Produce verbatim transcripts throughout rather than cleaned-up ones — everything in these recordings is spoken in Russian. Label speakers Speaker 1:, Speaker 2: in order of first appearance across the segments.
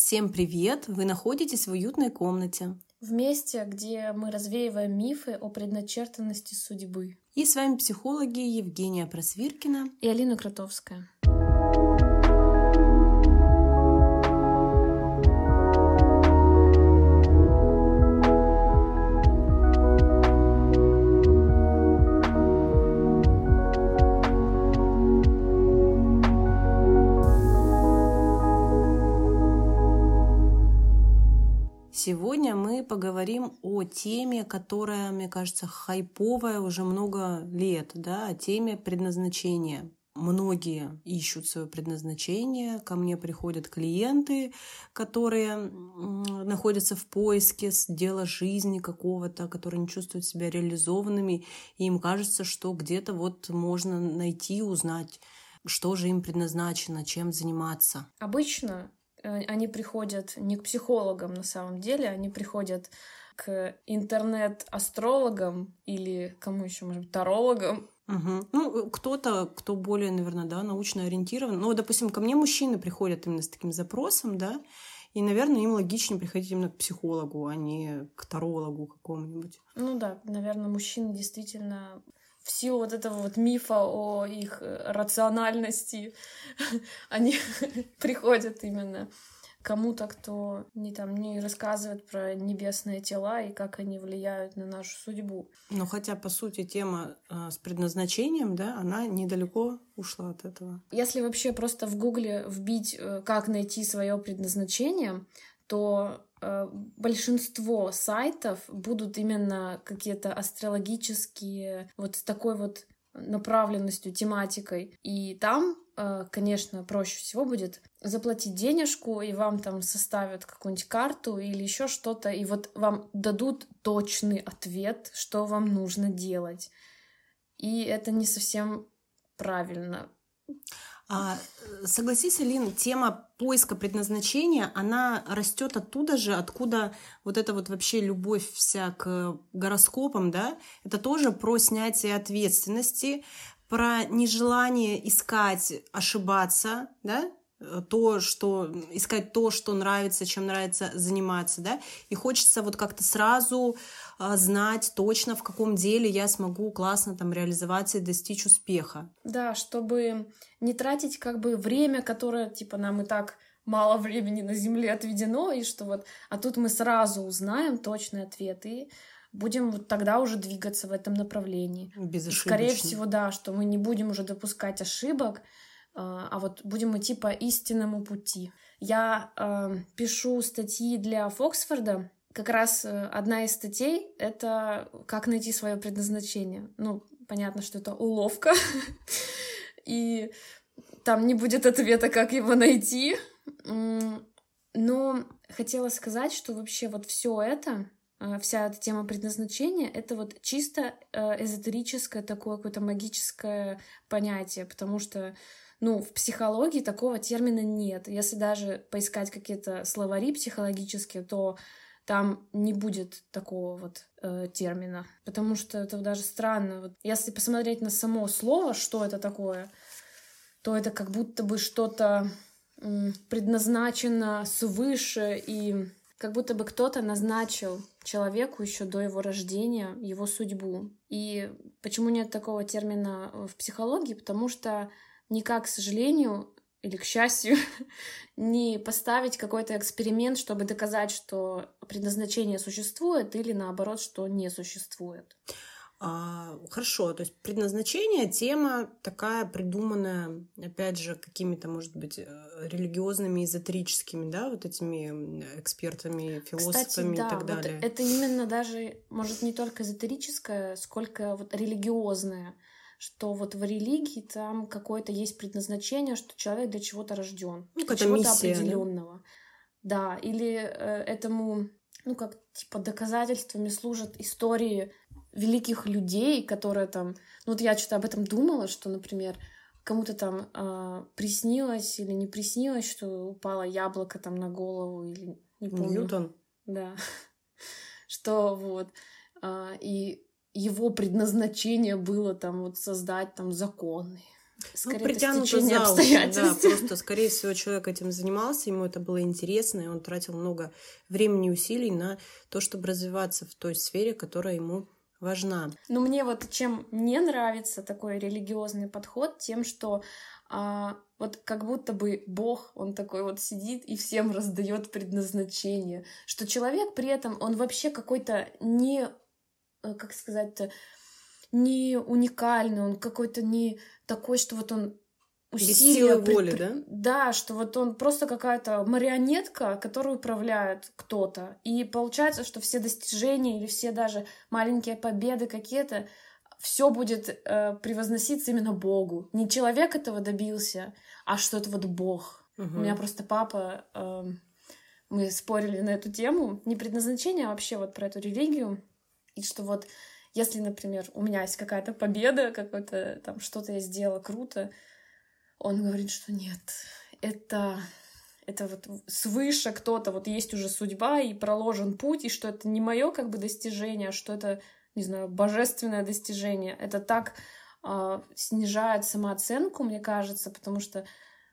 Speaker 1: Всем привет! Вы находитесь в уютной комнате.
Speaker 2: В месте, где мы развеиваем мифы о предначертанности судьбы.
Speaker 1: И с вами психологи Евгения Просвиркина
Speaker 2: и Алина Кротовская.
Speaker 1: Сегодня мы поговорим о теме, которая, мне кажется, хайповая уже много лет, да, о теме предназначения. Многие ищут свое предназначение, ко мне приходят клиенты, которые находятся в поиске дела жизни какого-то, которые не чувствуют себя реализованными, и им кажется, что где-то вот можно найти, узнать, что же им предназначено, чем заниматься.
Speaker 2: Обычно они приходят не к психологам на самом деле, они приходят к интернет-астрологам или кому еще, может быть, тарологам.
Speaker 1: Угу. Ну, кто-то, кто более, наверное, да, научно ориентирован. Ну, допустим, ко мне мужчины приходят именно с таким запросом, да, и, наверное, им логичнее приходить именно к психологу, а не к тарологу какому-нибудь.
Speaker 2: Ну да, наверное, мужчины действительно... В силу вот этого вот мифа о их рациональности они приходят именно к кому-то, кто не, там, не рассказывает про небесные тела и как они влияют на нашу судьбу.
Speaker 1: Но хотя, по сути, тема э, с предназначением, да, она недалеко ушла от этого.
Speaker 2: Если вообще просто в Гугле вбить, как найти свое предназначение, то большинство сайтов будут именно какие-то астрологические, вот с такой вот направленностью, тематикой. И там, конечно, проще всего будет заплатить денежку, и вам там составят какую-нибудь карту или еще что-то, и вот вам дадут точный ответ, что вам нужно делать. И это не совсем правильно.
Speaker 1: А, согласись, Алин, тема поиска предназначения, она растет оттуда же, откуда вот эта вот вообще любовь вся к гороскопам, да, это тоже про снятие ответственности, про нежелание искать, ошибаться, да, то, что искать то, что нравится, чем нравится заниматься, да, и хочется вот как-то сразу а, знать точно, в каком деле я смогу классно там реализоваться и достичь успеха.
Speaker 2: Да, чтобы не тратить как бы время, которое, типа, нам и так мало времени на Земле отведено, и что вот, а тут мы сразу узнаем точный ответ и будем вот тогда уже двигаться в этом направлении.
Speaker 1: Безошибочно.
Speaker 2: Скорее всего, да, что мы не будем уже допускать ошибок, а вот будем идти по истинному пути. Я э, пишу статьи для Фоксфорда. Как раз э, одна из статей — это «Как найти свое предназначение». Ну, понятно, что это уловка, и там не будет ответа, как его найти. Но хотела сказать, что вообще вот все это, вся эта тема предназначения, это вот чисто эзотерическое такое какое-то магическое понятие, потому что ну, в психологии такого термина нет. Если даже поискать какие-то словари психологические, то там не будет такого вот э, термина. Потому что это даже странно. Вот если посмотреть на само слово, что это такое, то это как будто бы что-то м, предназначено свыше, и как будто бы кто-то назначил человеку еще до его рождения его судьбу. И почему нет такого термина в психологии? Потому что никак, к сожалению, или к счастью, не поставить какой-то эксперимент, чтобы доказать, что предназначение существует, или наоборот, что не существует.
Speaker 1: А, хорошо, то есть предназначение — тема такая придуманная, опять же, какими-то, может быть, религиозными, эзотерическими, да, вот этими экспертами, философами.
Speaker 2: Кстати, да,
Speaker 1: и так
Speaker 2: вот
Speaker 1: далее.
Speaker 2: Это именно даже, может, не только эзотерическое, сколько вот религиозное. Что вот в религии там какое-то есть предназначение, что человек для чего-то рожден,
Speaker 1: ну,
Speaker 2: для чего-то
Speaker 1: миссия,
Speaker 2: определенного. Да? да, или э, этому, ну, как типа доказательствами служат истории великих людей, которые там... Ну, вот я что-то об этом думала, что, например, кому-то там э, приснилось или не приснилось, что упало яблоко там на голову, или не помню.
Speaker 1: Ньютон.
Speaker 2: Да. Что вот. Э, и его предназначение было там вот создать там законы. скорее
Speaker 1: ну, притянуто
Speaker 2: стечение
Speaker 1: за уши,
Speaker 2: обстоятельств.
Speaker 1: да, просто, скорее всего, человек этим занимался, ему это было интересно, и он тратил много времени и усилий на то, чтобы развиваться в той сфере, которая ему важна.
Speaker 2: Но мне вот чем не нравится такой религиозный подход, тем, что а, вот как будто бы Бог, он такой вот сидит и всем раздает предназначение, что человек при этом, он вообще какой-то не, как сказать-то, не уникальный, он какой-то не такой, что вот он усилия...
Speaker 1: Без силы воли,
Speaker 2: пред...
Speaker 1: да?
Speaker 2: Да, что вот он просто какая-то марионетка, которую управляет кто-то. И получается, что все достижения или все даже маленькие победы какие-то, все будет э, превозноситься именно Богу. Не человек этого добился, а что это вот Бог.
Speaker 1: Угу.
Speaker 2: У меня просто папа... Э, мы спорили на эту тему. Не предназначение, а вообще вот про эту религию. И что вот если, например, у меня есть какая-то победа, какое-то там что-то я сделала круто, он говорит, что нет, это, это вот свыше кто-то, вот есть уже судьба и проложен путь, и что это не мое как бы достижение, а что это, не знаю, божественное достижение. Это так э, снижает самооценку, мне кажется, потому что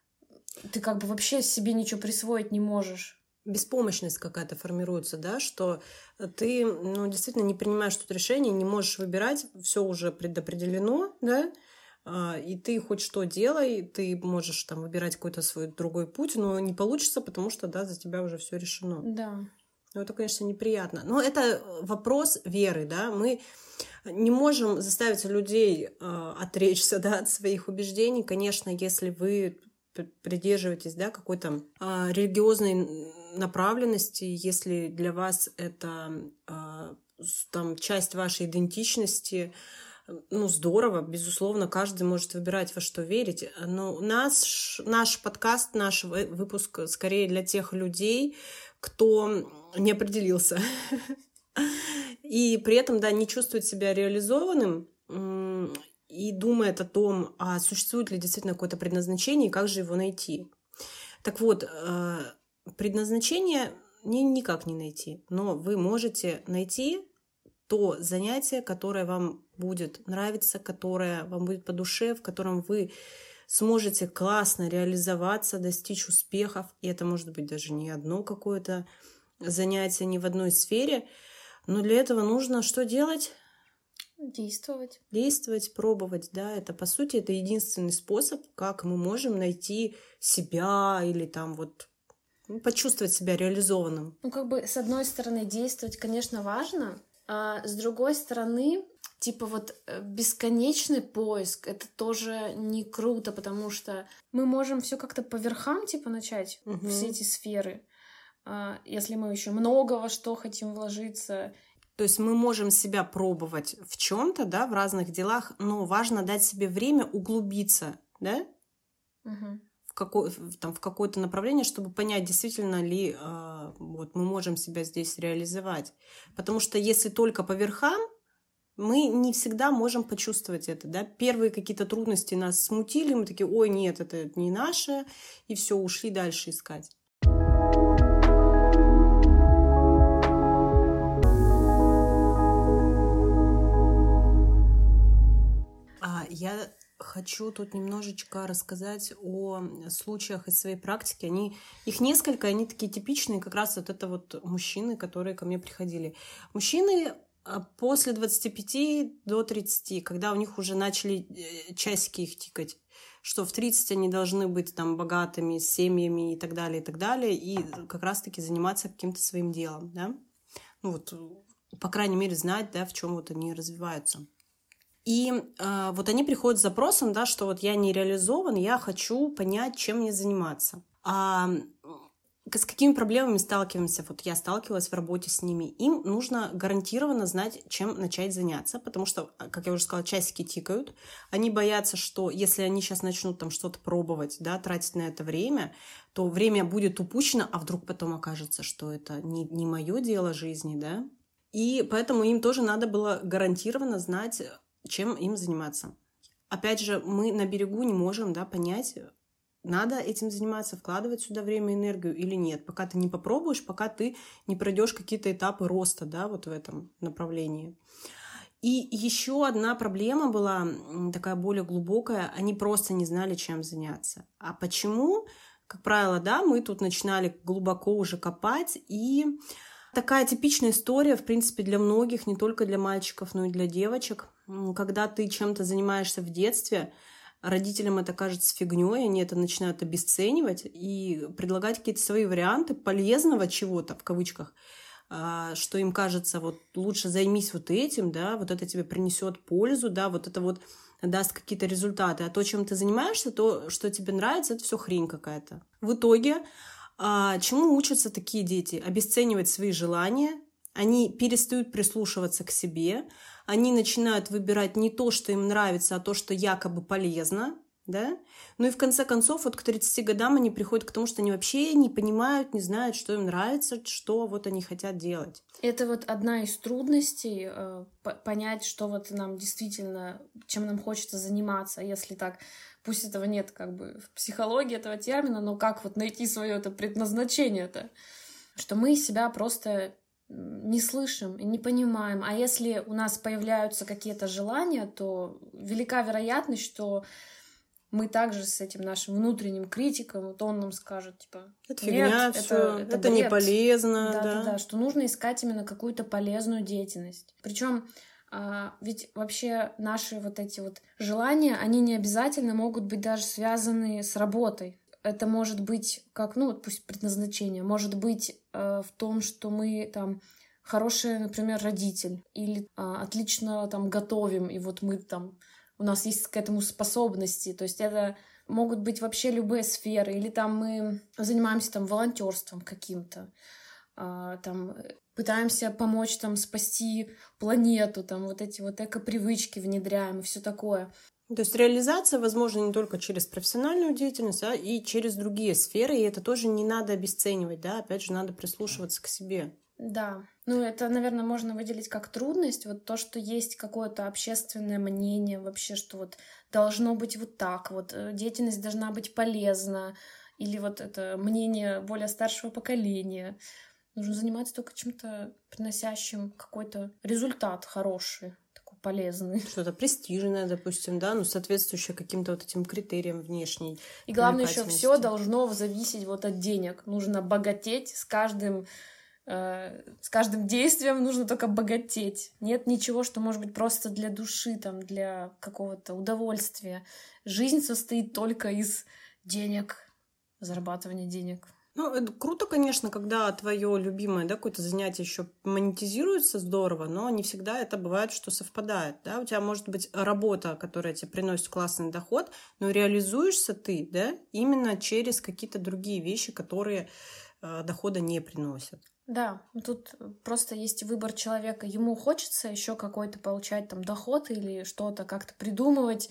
Speaker 2: ты как бы вообще себе ничего присвоить не можешь.
Speaker 1: Беспомощность какая-то формируется, да, что ты, ну, действительно не принимаешь тут решение, не можешь выбирать, все уже предопределено, да, и ты хоть что делай, ты можешь там выбирать какой-то свой другой путь, но не получится, потому что, да, за тебя уже все решено.
Speaker 2: Да.
Speaker 1: Ну, это, конечно, неприятно. Но это вопрос веры, да, мы не можем заставить людей э, отречься, да, от своих убеждений. Конечно, если вы придерживаетесь, да, какой-то э, религиозной направленности, если для вас это э, там часть вашей идентичности, ну, здорово, безусловно, каждый может выбирать, во что верить. Но у нас наш подкаст, наш выпуск скорее для тех людей, кто не определился и при этом, да, не чувствует себя реализованным и думает о том, а существует ли действительно какое-то предназначение и как же его найти. Так вот, предназначение никак не найти, но вы можете найти то занятие, которое вам будет нравиться, которое вам будет по душе, в котором вы сможете классно реализоваться, достичь успехов. И это может быть даже не одно какое-то занятие, не в одной сфере. Но для этого нужно что делать?
Speaker 2: Действовать.
Speaker 1: Действовать, пробовать, да. Это, по сути, это единственный способ, как мы можем найти себя или там вот почувствовать себя реализованным.
Speaker 2: Ну, как бы, с одной стороны, действовать, конечно, важно, а с другой стороны, типа вот бесконечный поиск, это тоже не круто, потому что мы можем все как-то по верхам, типа, начать, угу. все эти сферы, если мы еще много во что хотим вложиться.
Speaker 1: То есть мы можем себя пробовать в чем-то, да, в разных делах, но важно дать себе время углубиться, да,
Speaker 2: угу.
Speaker 1: в, какой, там, в какое-то направление, чтобы понять, действительно ли э, вот, мы можем себя здесь реализовать. Потому что если только по верхам, мы не всегда можем почувствовать это, да. Первые какие-то трудности нас смутили, мы такие, ой, нет, это не наше, и все, ушли дальше искать. А, я хочу тут немножечко рассказать о случаях из своей практики. Они, их несколько, они такие типичные, как раз вот это вот мужчины, которые ко мне приходили. Мужчины после двадцати пяти до тридцати, когда у них уже начали часики их тикать, что в тридцать они должны быть там богатыми, с семьями и так далее, и так далее, и как раз-таки заниматься каким-то своим делом, да? Ну вот, по крайней мере, знать, да, в чем вот они развиваются. И э, вот они приходят с запросом, да, что вот я не реализован, я хочу понять, чем мне заниматься. А с какими проблемами сталкиваемся? Вот я сталкивалась в работе с ними. Им нужно гарантированно знать, чем начать заняться, потому что, как я уже сказала, часики тикают. Они боятся, что если они сейчас начнут там что-то пробовать, да, тратить на это время, то время будет упущено, а вдруг потом окажется, что это не, не мое дело жизни, да. И поэтому им тоже надо было гарантированно знать, чем им заниматься. Опять же, мы на берегу не можем, да, понять, надо этим заниматься, вкладывать сюда время, энергию или нет. Пока ты не попробуешь, пока ты не пройдешь какие-то этапы роста, да, вот в этом направлении. И еще одна проблема была, такая более глубокая, они просто не знали, чем заняться. А почему? Как правило, да, мы тут начинали глубоко уже копать, и такая типичная история, в принципе, для многих, не только для мальчиков, но и для девочек. Когда ты чем-то занимаешься в детстве, родителям это кажется фигней, они это начинают обесценивать и предлагать какие-то свои варианты полезного чего-то, в кавычках, что им кажется, вот лучше займись вот этим, да, вот это тебе принесет пользу, да, вот это вот даст какие-то результаты. А то, чем ты занимаешься, то, что тебе нравится, это все хрень какая-то. В итоге, чему учатся такие дети? Обесценивать свои желания, они перестают прислушиваться к себе, они начинают выбирать не то, что им нравится, а то, что якобы полезно, да? Ну и в конце концов, вот к тридцати годам они приходят к тому, что они вообще не понимают, не знают, что им нравится, что вот они хотят делать.
Speaker 2: Это вот одна из трудностей, э, понять, что вот нам действительно, чем нам хочется заниматься, если так, пусть этого нет как бы в психологии этого термина, но как вот найти свое это предназначение-то, что мы себя просто не слышим и не понимаем. А если у нас появляются какие-то желания, то велика вероятность, что мы также с этим нашим внутренним критиком, вот он нам скажет, типа,
Speaker 1: это фигня,
Speaker 2: это,
Speaker 1: всё,
Speaker 2: это,
Speaker 1: это не полезно.
Speaker 2: Да,
Speaker 1: да.
Speaker 2: да, да, что нужно искать именно какую-то полезную деятельность. Причем а, ведь вообще наши вот эти вот желания, они не обязательно могут быть даже связаны с работой. Это может быть как, ну, вот пусть предназначение, может быть э, в том, что мы там хороший, например, родитель, или э, отлично там готовим, и вот мы там, у нас есть к этому способности, то есть это могут быть вообще любые сферы, или там мы занимаемся там волонтерством каким-то, э, там пытаемся помочь там спасти планету, там вот эти вот эко-привычки внедряем и все такое.
Speaker 1: То есть реализация возможна не только через профессиональную деятельность, а и через другие сферы, и это тоже не надо обесценивать, да, опять же, надо прислушиваться к себе.
Speaker 2: Да, ну это, наверное, можно выделить как трудность, вот то, что есть какое-то общественное мнение вообще, что вот должно быть вот так, вот деятельность должна быть полезна, или вот это мнение более старшего поколения. Нужно заниматься только чем-то, приносящим какой-то результат хороший. Полезный.
Speaker 1: Что-то престижное, допустим, да, ну, соответствующее каким-то вот этим критериям внешней.
Speaker 2: И главное, еще все должно зависеть вот от денег. Нужно богатеть с каждым, э, с каждым действием нужно только богатеть. Нет ничего, что может быть просто для души, там, для какого-то удовольствия. Жизнь состоит только из денег, зарабатывания денег.
Speaker 1: Ну, это круто, конечно, когда твое любимое, да, какое-то занятие еще монетизируется здорово, но не всегда это бывает, что совпадает, да, у тебя может быть работа, которая тебе приносит классный доход, но реализуешься ты, да, именно через какие-то другие вещи, которые э, дохода не приносят.
Speaker 2: Да, тут просто есть выбор человека, ему хочется еще какой-то получать там доход или что-то как-то придумывать,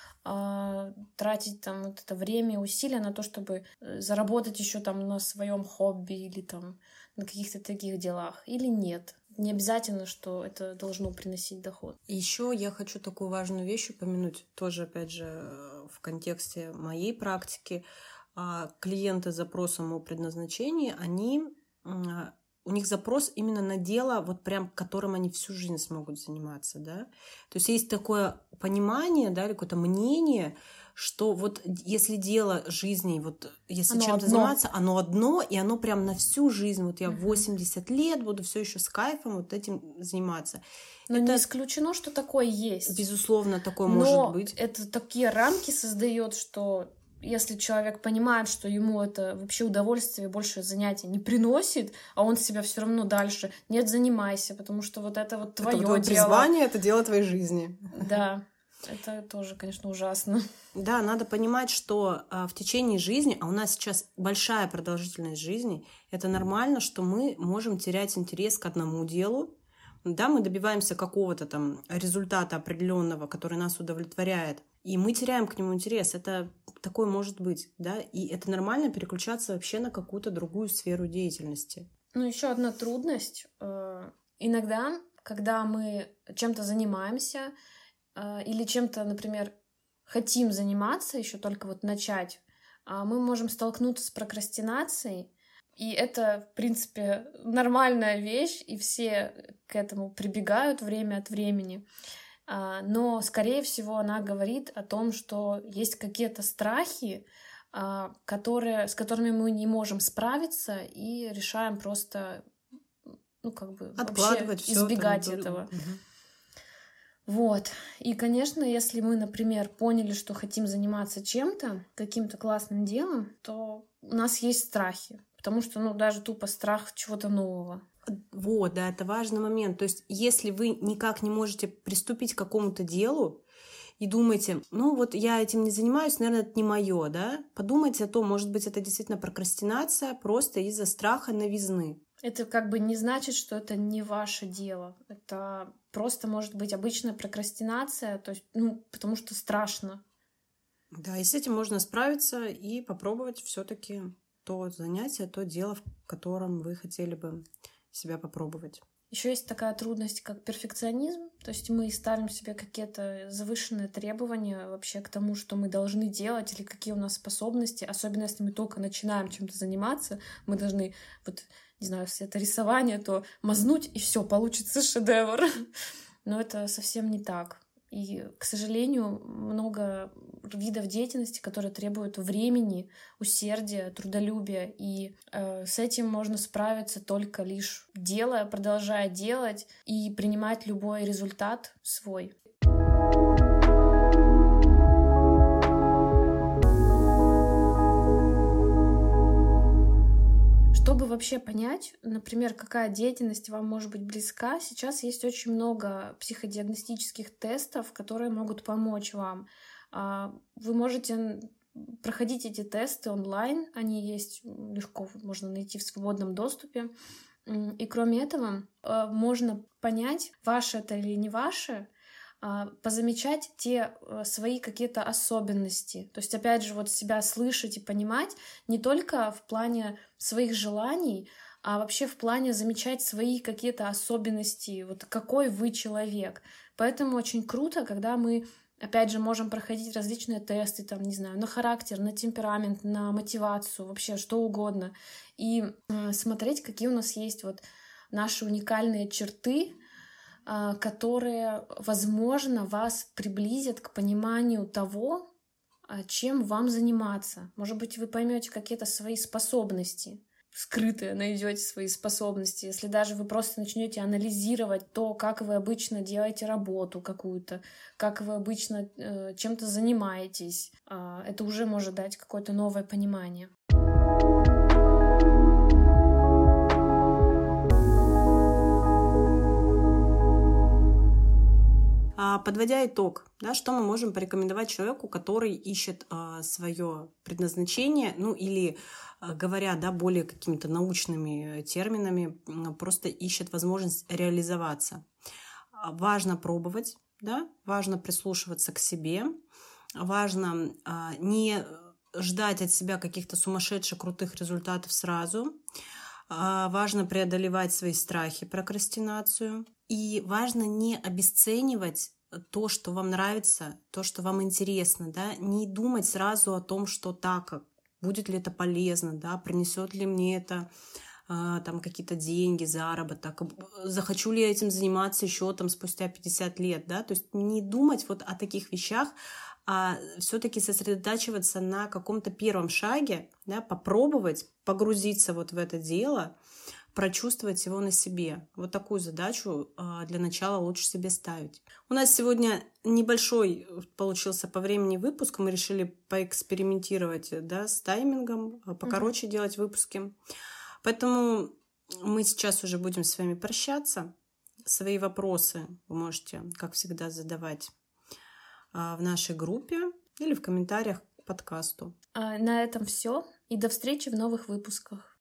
Speaker 2: тратить там вот это время, усилия на то, чтобы заработать еще там на своем хобби или там на каких-то таких делах, или нет. Не обязательно, что это должно приносить доход.
Speaker 1: Еще я хочу такую важную вещь упомянуть, тоже, опять же, в контексте моей практики. Клиенты с запросом о предназначении, они... у них запрос именно на дело, вот прям которым они всю жизнь смогут заниматься, да. То есть есть такое понимание, да, или какое-то мнение, что вот если дело жизни, вот если оно чем-то одно. заниматься, оно одно, и оно прям на всю жизнь, вот я в восемьдесят лет буду все еще с кайфом вот этим заниматься.
Speaker 2: Но это... не исключено, что такое есть.
Speaker 1: Безусловно, такое
Speaker 2: Но
Speaker 1: может быть.
Speaker 2: Это такие рамки создает, что... Если человек понимает, что ему это вообще удовольствие, больше занятия не приносит, а он себя все равно дальше, нет, занимайся, потому что вот это вот твое
Speaker 1: дело. Это призвание, это дело твоей жизни.
Speaker 2: Да, это тоже, конечно, ужасно.
Speaker 1: Да, надо понимать, что а, в течение жизни, а у нас сейчас большая продолжительность жизни, это нормально, что мы можем терять интерес к одному делу. Да, мы добиваемся какого-то там результата определенного, который нас удовлетворяет, и мы теряем к нему интерес. Это такое может быть, да, и это нормально переключаться вообще на какую-то другую сферу деятельности.
Speaker 2: Ну, еще одна трудность. Иногда, когда мы чем-то занимаемся или чем-то, например, хотим заниматься, еще только вот начать, мы можем столкнуться с прокрастинацией, И это, в принципе, нормальная вещь, и все к этому прибегают время от времени. Но, скорее всего, она говорит о том, что есть какие-то страхи, которые, с которыми мы не можем справиться, и решаем просто, ну, как бы,
Speaker 1: откладывать
Speaker 2: вообще
Speaker 1: всё
Speaker 2: избегать
Speaker 1: там.
Speaker 2: этого.
Speaker 1: Угу.
Speaker 2: Вот. И, конечно, если мы, например, поняли, что хотим заниматься чем-то, каким-то классным делом, то у нас есть страхи. Потому что, ну, даже тупо страх чего-то нового.
Speaker 1: Вот, да, это важный момент. То есть, если вы никак не можете приступить к какому-то делу и думаете, ну, вот я этим не занимаюсь, наверное, это не мое, да, подумайте о том, может быть, это действительно прокрастинация просто из-за страха новизны.
Speaker 2: Это как бы не значит, что это не ваше дело. Это просто может быть обычная прокрастинация, то есть, ну, потому что страшно.
Speaker 1: Да, и с этим можно справиться и попробовать все-таки то занятие, то дело, в котором вы хотели бы себя попробовать.
Speaker 2: Еще есть такая трудность, как перфекционизм. То есть мы ставим себе какие-то завышенные требования вообще к тому, что мы должны делать или какие у нас способности. Особенно если мы только начинаем чем-то заниматься, мы должны, вот, не знаю, если это рисование, то мазнуть, и все, получится шедевр. Но это совсем не так. И, к сожалению, много видов деятельности, которые требуют времени, усердия, трудолюбия. И э, с этим можно справиться только лишь делая, продолжая делать и принимать любой результат свой. Чтобы вообще понять, например, какая деятельность вам может быть близка, сейчас есть очень много психодиагностических тестов, которые могут помочь вам. Вы можете проходить эти тесты онлайн, они есть легко, можно найти в свободном доступе. И кроме этого, можно понять, ваше это или не ваше, позамечать те свои какие-то особенности. То есть, опять же, вот себя слышать и понимать не только в плане своих желаний, а вообще в плане замечать свои какие-то особенности, вот какой вы человек. Поэтому очень круто, когда мы, опять же, можем проходить различные тесты, там, не знаю, на характер, на темперамент, на мотивацию, вообще что угодно, и э, смотреть, какие у нас есть вот наши уникальные черты, которые, возможно, вас приблизят к пониманию того, чем вам заниматься. Может быть, вы поймете какие-то свои способности, скрытые найдете свои способности. Если даже вы просто начнете анализировать то, как вы обычно делаете работу какую-то, как вы обычно э, чем-то занимаетесь, э, это уже может дать какое-то новое понимание.
Speaker 1: Подводя итог, да, что мы можем порекомендовать человеку, который ищет а, свое предназначение, ну или, а, говоря да, более какими-то научными терминами, просто ищет возможность реализоваться. Важно пробовать, да, важно прислушиваться к себе, важно а, не ждать от себя каких-то сумасшедших крутых результатов сразу, а, важно преодолевать свои страхи, прокрастинацию, и важно не обесценивать то, что вам нравится, то, что вам интересно, да, не думать сразу о том, что так, будет ли это полезно, да, принесет ли мне это э, там какие-то деньги, заработок, захочу ли я этим заниматься еще там спустя пятьдесят лет, да, то есть не думать вот о таких вещах, а все-таки сосредотачиваться на каком-то первом шаге, да, попробовать погрузиться вот в это дело, прочувствовать его на себе. Вот такую задачу для начала лучше себе ставить. У нас сегодня небольшой получился по времени выпуск. Мы решили поэкспериментировать, да, с таймингом, покороче mm-hmm. делать выпуски. Поэтому мы сейчас уже будем с вами прощаться. Свои вопросы вы можете, как всегда, задавать в нашей группе или в комментариях к подкасту.
Speaker 2: А на этом все. И до встречи в новых выпусках.